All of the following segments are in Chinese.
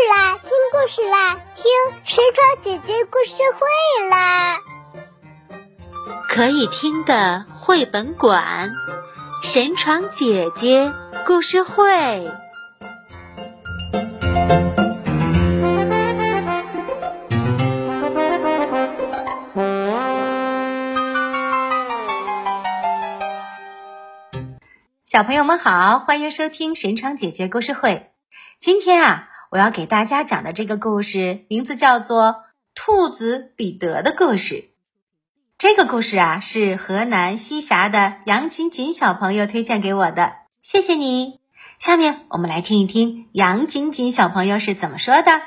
啦，听故事啦，听神床姐姐故事会啦！ 可以听的绘本馆，神床姐姐故事会。小朋友们好，欢迎收听神床姐姐故事会。今天我要给大家讲的这个故事名字叫做《兔子彼得的故事》。这个故事是河南西峡的杨锦锦小朋友推荐给我的，谢谢你。下面我们来听一听杨锦锦小朋友是怎么说的。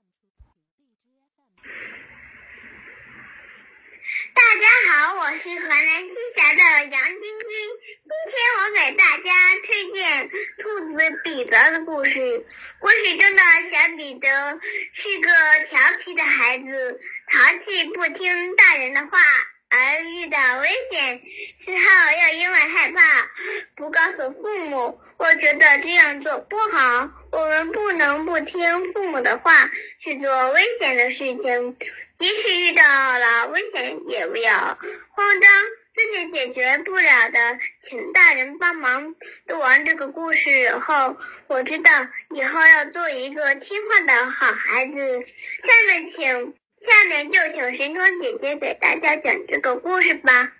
大家好，我是河南西峡的杨晶晶。今天我给大家推荐兔子彼得的故事。故事中的小彼得是个调皮的孩子，淘气不听大人的话，而遇到危险时候又因为害怕不告诉父母。我觉得这样做不好，我们不能不听父母的话去做危险的事情，即使遇到了危险也不要慌张，自己解决不了的请大人帮忙。读完这个故事后，我知道以后要做一个听话的好孩子。下面就请神床姐姐给大家讲这个故事吧。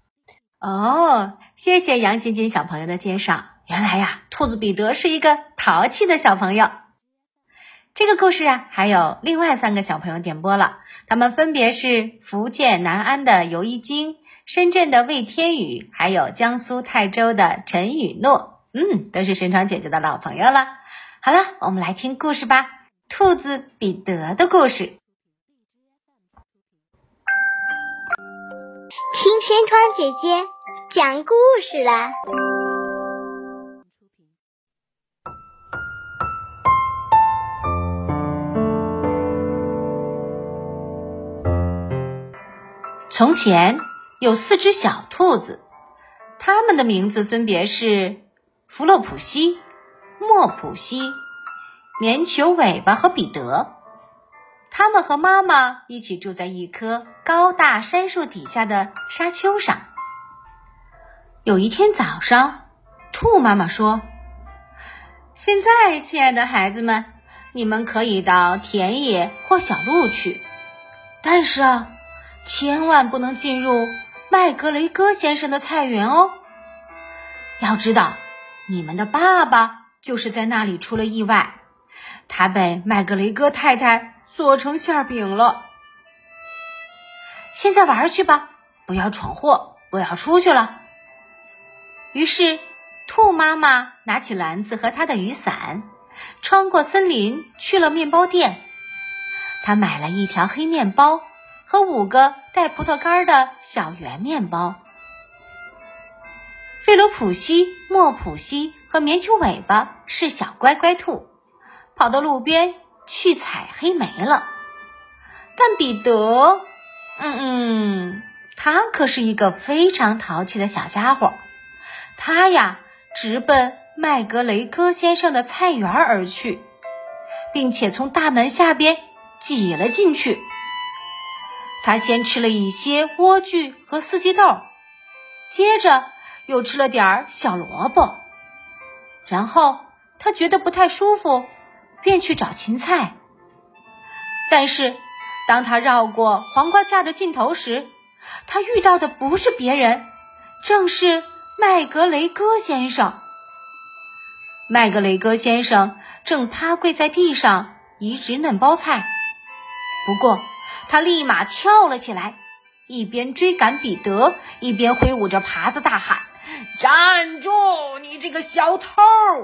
谢谢杨欣欣小朋友的介绍。原来兔子彼得是一个淘气的小朋友。这个故事还有另外3个小朋友点播了，他们分别是福建南安的尤一金、深圳的魏天宇，还有江苏泰州的陈雨诺。都是神床姐姐的老朋友了。好了，我们来听故事吧。兔子彼得的故事。 听神床姐姐讲故事啦！ 从前有4只小兔子，它们的名字分别是弗洛普西、莫普西、棉球尾巴和彼得。他们和妈妈一起住在一棵高大杉树底下的沙丘上。有一天早上，兔妈妈说：现在亲爱的孩子们，你们可以到田野或小路去，但是千万不能进入麦格雷戈先生的菜园哦。要知道，你们的爸爸就是在那里出了意外，他被麦格雷戈太太做成馅饼了。现在玩去吧，不要闯祸，我要出去了。于是兔妈妈拿起篮子和她的雨伞，穿过森林去了面包店。她买了1条黑面包和5个带葡萄干的小圆面包。费罗普西、莫普西和棉球尾巴是小乖乖兔，跑到路边去采黑莓了。但彼得，他可是一个非常淘气的小家伙。他直奔麦格雷戈先生的菜园而去，并且从大门下边挤了进去。他先吃了一些莴苣和四季豆，接着又吃了点小萝卜，然后他觉得不太舒服，便去找芹菜。但是当他绕过黄瓜架的尽头时，他遇到的不是别人，正是麦格雷戈先生。麦格雷戈先生正趴跪在地上移植嫩包菜，不过他立马跳了起来，一边追赶彼得，一边挥舞着耙子大喊：站住，你这个小偷！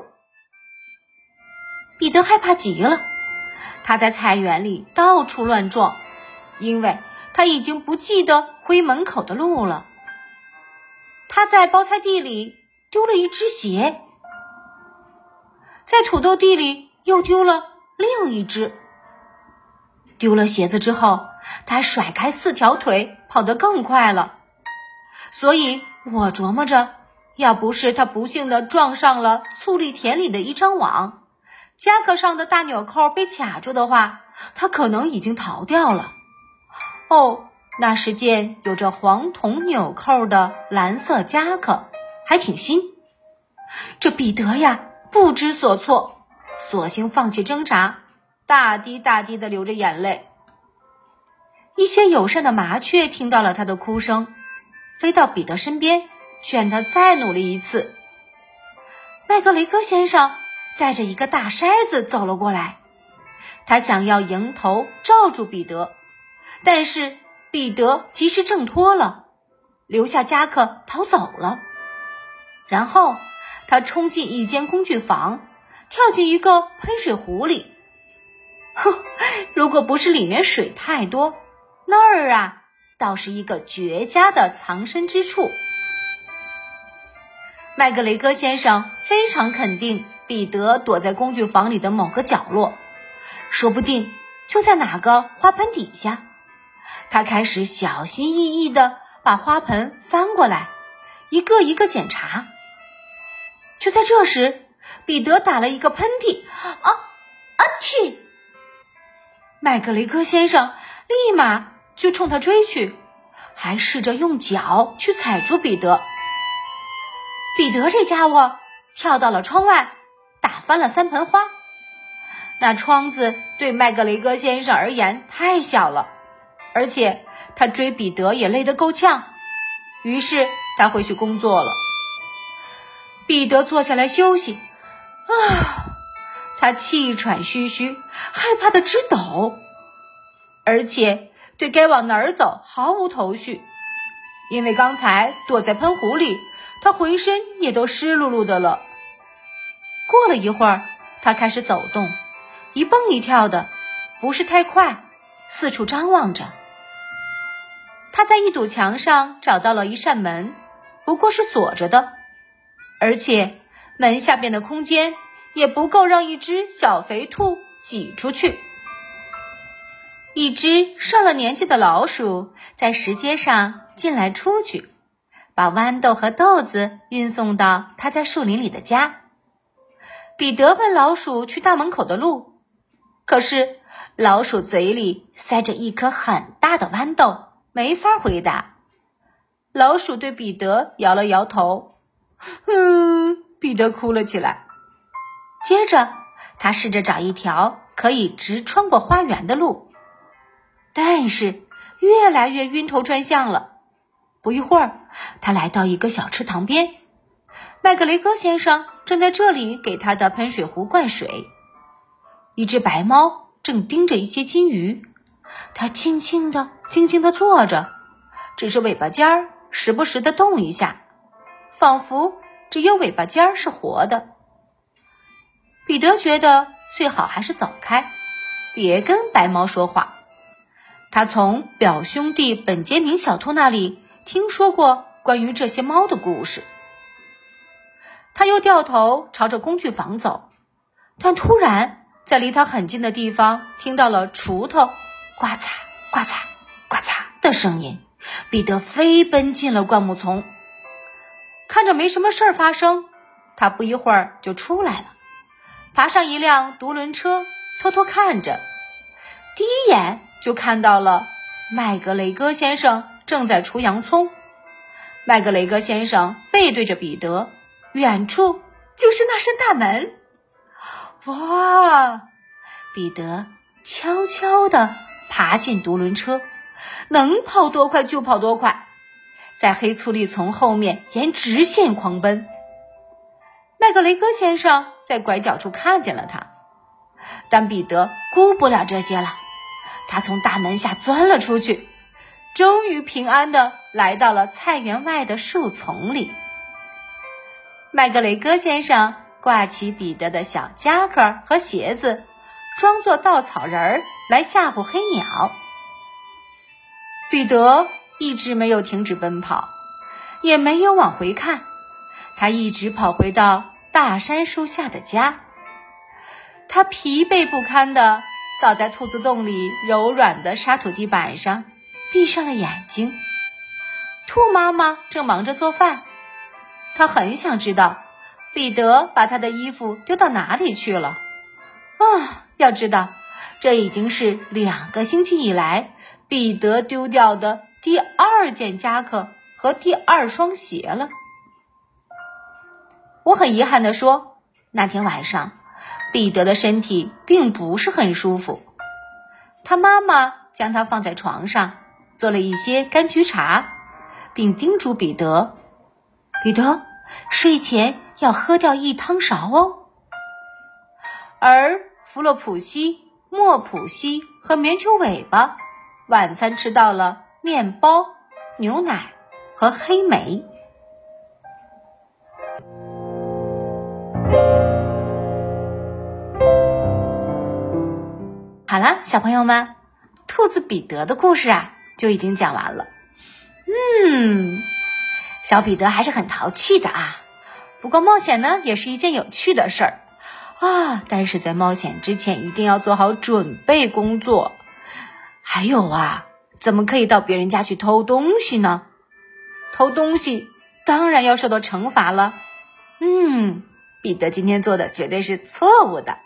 彼得害怕极了，他在菜园里到处乱撞，因为他已经不记得回门口的路了。他在包菜地里丢了一只鞋，在土豆地里又丢了另一只。丢了鞋子之后，他甩开4条腿跑得更快了。所以我琢磨着，要不是他不幸地撞上了醋栗田里的一张网， 夹克上的大纽扣被卡住的话，他可能已经逃掉了。哦，那是件有着黄铜纽扣的蓝色夹克，还挺新。这彼得呀，不知所措，索性放弃挣扎，大滴大滴地流着眼泪。一些友善的麻雀听到了他的哭声，飞到彼得身边，劝他再努力一次。麦格雷戈先生带着一个大筛子走了过来，他想要迎头罩住彼得，但是彼得及时挣脱了，留下夹克逃走了。然后他冲进一间工具房，跳进一个喷水壶里。如果不是里面水太多，那儿啊倒是一个绝佳的藏身之处。麦格雷戈先生非常肯定彼得躲在工具房里的某个角落，说不定就在哪个花盆底下。他开始小心翼翼地把花盆翻过来，一个一个检查。就在这时，彼得打了一个喷嚏，嚏！麦格雷戈先生立马就冲他追去，还试着用脚去踩住彼得。彼得这家伙跳到了窗外，打翻了3盆花。那窗子对麦格雷戈先生而言太小了，而且他追彼得也累得够呛，于是他回去工作了。彼得坐下来休息，他气喘吁吁，害怕得直抖，而且对该往哪儿走毫无头绪，因为刚才躲在喷壶里，他浑身也都湿漉漉的了。过了一会儿，他开始走动，一蹦一跳的，不是太快，四处张望着。他在一堵墙上找到了一扇门，不过是锁着的，而且门下边的空间也不够让一只小肥兔挤出去。一只上了年纪的老鼠在石阶上进来出去，把豌豆和豆子运送到他在树林里的家。彼得问老鼠去大门口的路，可是老鼠嘴里塞着一颗很大的豌豆，没法回答。老鼠对彼得摇了摇头，彼得哭了起来。接着他试着找一条可以直穿过花园的路，但是越来越晕头转向了。不一会儿，他来到一个小池塘边，麦格雷戈先生正在这里给他的喷水壶灌水。一只白猫正盯着一些金鱼，它静静地坐着，只是尾巴尖儿时不时地动一下，仿佛只有尾巴尖儿是活的。彼得觉得最好还是走开，别跟白猫说话。他从表兄弟本杰明小兔那里听说过关于这些猫的故事。他又掉头朝着工具房走，但突然在离他很近的地方听到了锄头呱嚓呱嚓呱嚓的声音。彼得飞奔进了灌木丛，看着没什么事儿发生，他不一会儿就出来了，爬上一辆独轮车，偷偷看着。第一眼就看到了麦格雷戈先生正在除洋葱。麦格雷戈先生背对着彼得，远处就是那扇大门。哇！彼得悄悄地爬进独轮车，能跑多快就跑多快，在黑醋栗丛后面沿直线狂奔。麦格雷戈先生在拐角处看见了他，但彼得顾不了这些了，他从大门下钻了出去，终于平安地来到了菜园外的树丛里。麦格雷戈先生挂起彼得的小夹克和鞋子，装作稻草人儿来吓唬黑鸟。彼得一直没有停止奔跑，也没有往回看，他一直跑回到大杉树下的家。他疲惫不堪地倒在兔子洞里柔软的沙土地板上，闭上了眼睛。兔妈妈正忙着做饭，她很想知道彼得把他的衣服丢到哪里去了。 要知道，这已经是2个星期以来彼得丢掉的第2件夹克和第2双鞋了。我很遗憾地说，那天晚上彼得的身体并不是很舒服，他妈妈将他放在床上，做了一些柑橘茶，并叮嘱彼得睡前要喝掉1汤勺哦。而弗洛普西、莫普西和棉球尾巴晚餐吃到了面包、牛奶和黑莓。好了，小朋友们，兔子彼得的故事就已经讲完了。小彼得还是很淘气的不过冒险呢，也是一件有趣的事儿但是在冒险之前一定要做好准备工作。还有怎么可以到别人家去偷东西呢？偷东西当然要受到惩罚了。彼得今天做的绝对是错误的。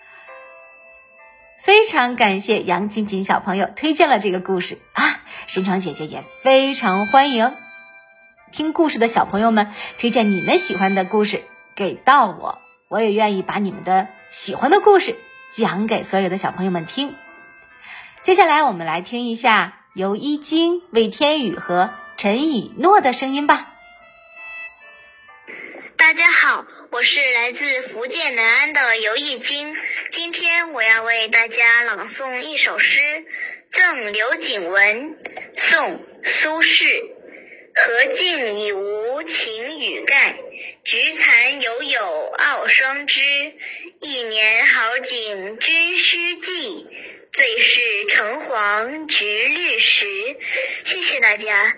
非常感谢杨晶晶小朋友推荐了这个故事神床姐姐也非常欢迎听故事的小朋友们推荐你们喜欢的故事给到我，我也愿意把你们的喜欢的故事讲给所有的小朋友们听。接下来我们来听一下由伊晶、魏天宇和陈以诺的声音吧。 大家好，我是来自福建南安的尤艺晶，今天我要为大家朗诵一首诗《赠刘景文》，宋·苏轼。荷尽已无擎雨盖，菊残犹有傲霜枝。一年好景君须记，最是橙黄橘绿时。谢谢大家。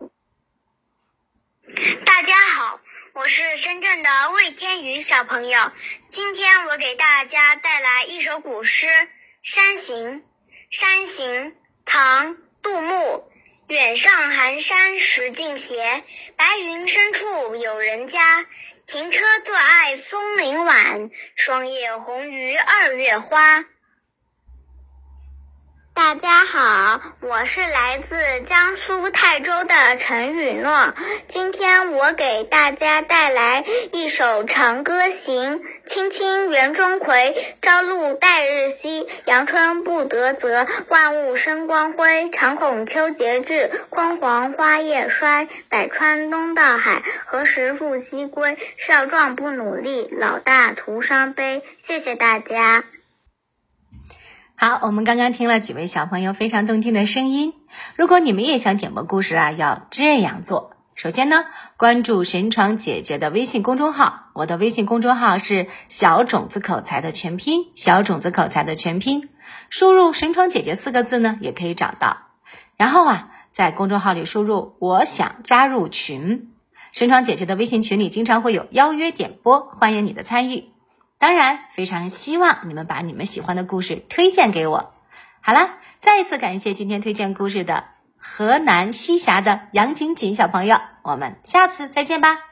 大家好，我是深圳的魏天宇小朋友，今天我给大家带来一首古诗《山行》。山行，唐·杜牧。远上寒山石径斜，白云深处有人家。停车坐爱枫林晚，霜叶红于2月花。大家好，我是来自江苏泰州的陈雨诺，今天我给大家带来一首《长歌行》。青青园中葵，朝露待日晞。阳春布德泽，万物生光辉。常恐秋节至，焜黄花叶衰。百川东到海，何时复西归？少壮不努力，老大徒伤悲。谢谢大家。 好，我们刚刚听了几位小朋友非常动听的声音。如果你们也想点播故事要这样做。首先呢，关注神床姐姐的微信公众号，我的微信公众号是小种子口才的全拼，小种子口才的全拼，输入神床姐姐4个字呢也可以找到。然后在公众号里输入我想加入群，神床姐姐的微信群里经常会有邀约点播，欢迎你的参与。当然非常希望你们把你们喜欢的故事推荐给我。好了，再一次感谢今天推荐故事的河南西峡的杨锦锦小朋友，我们下次再见吧。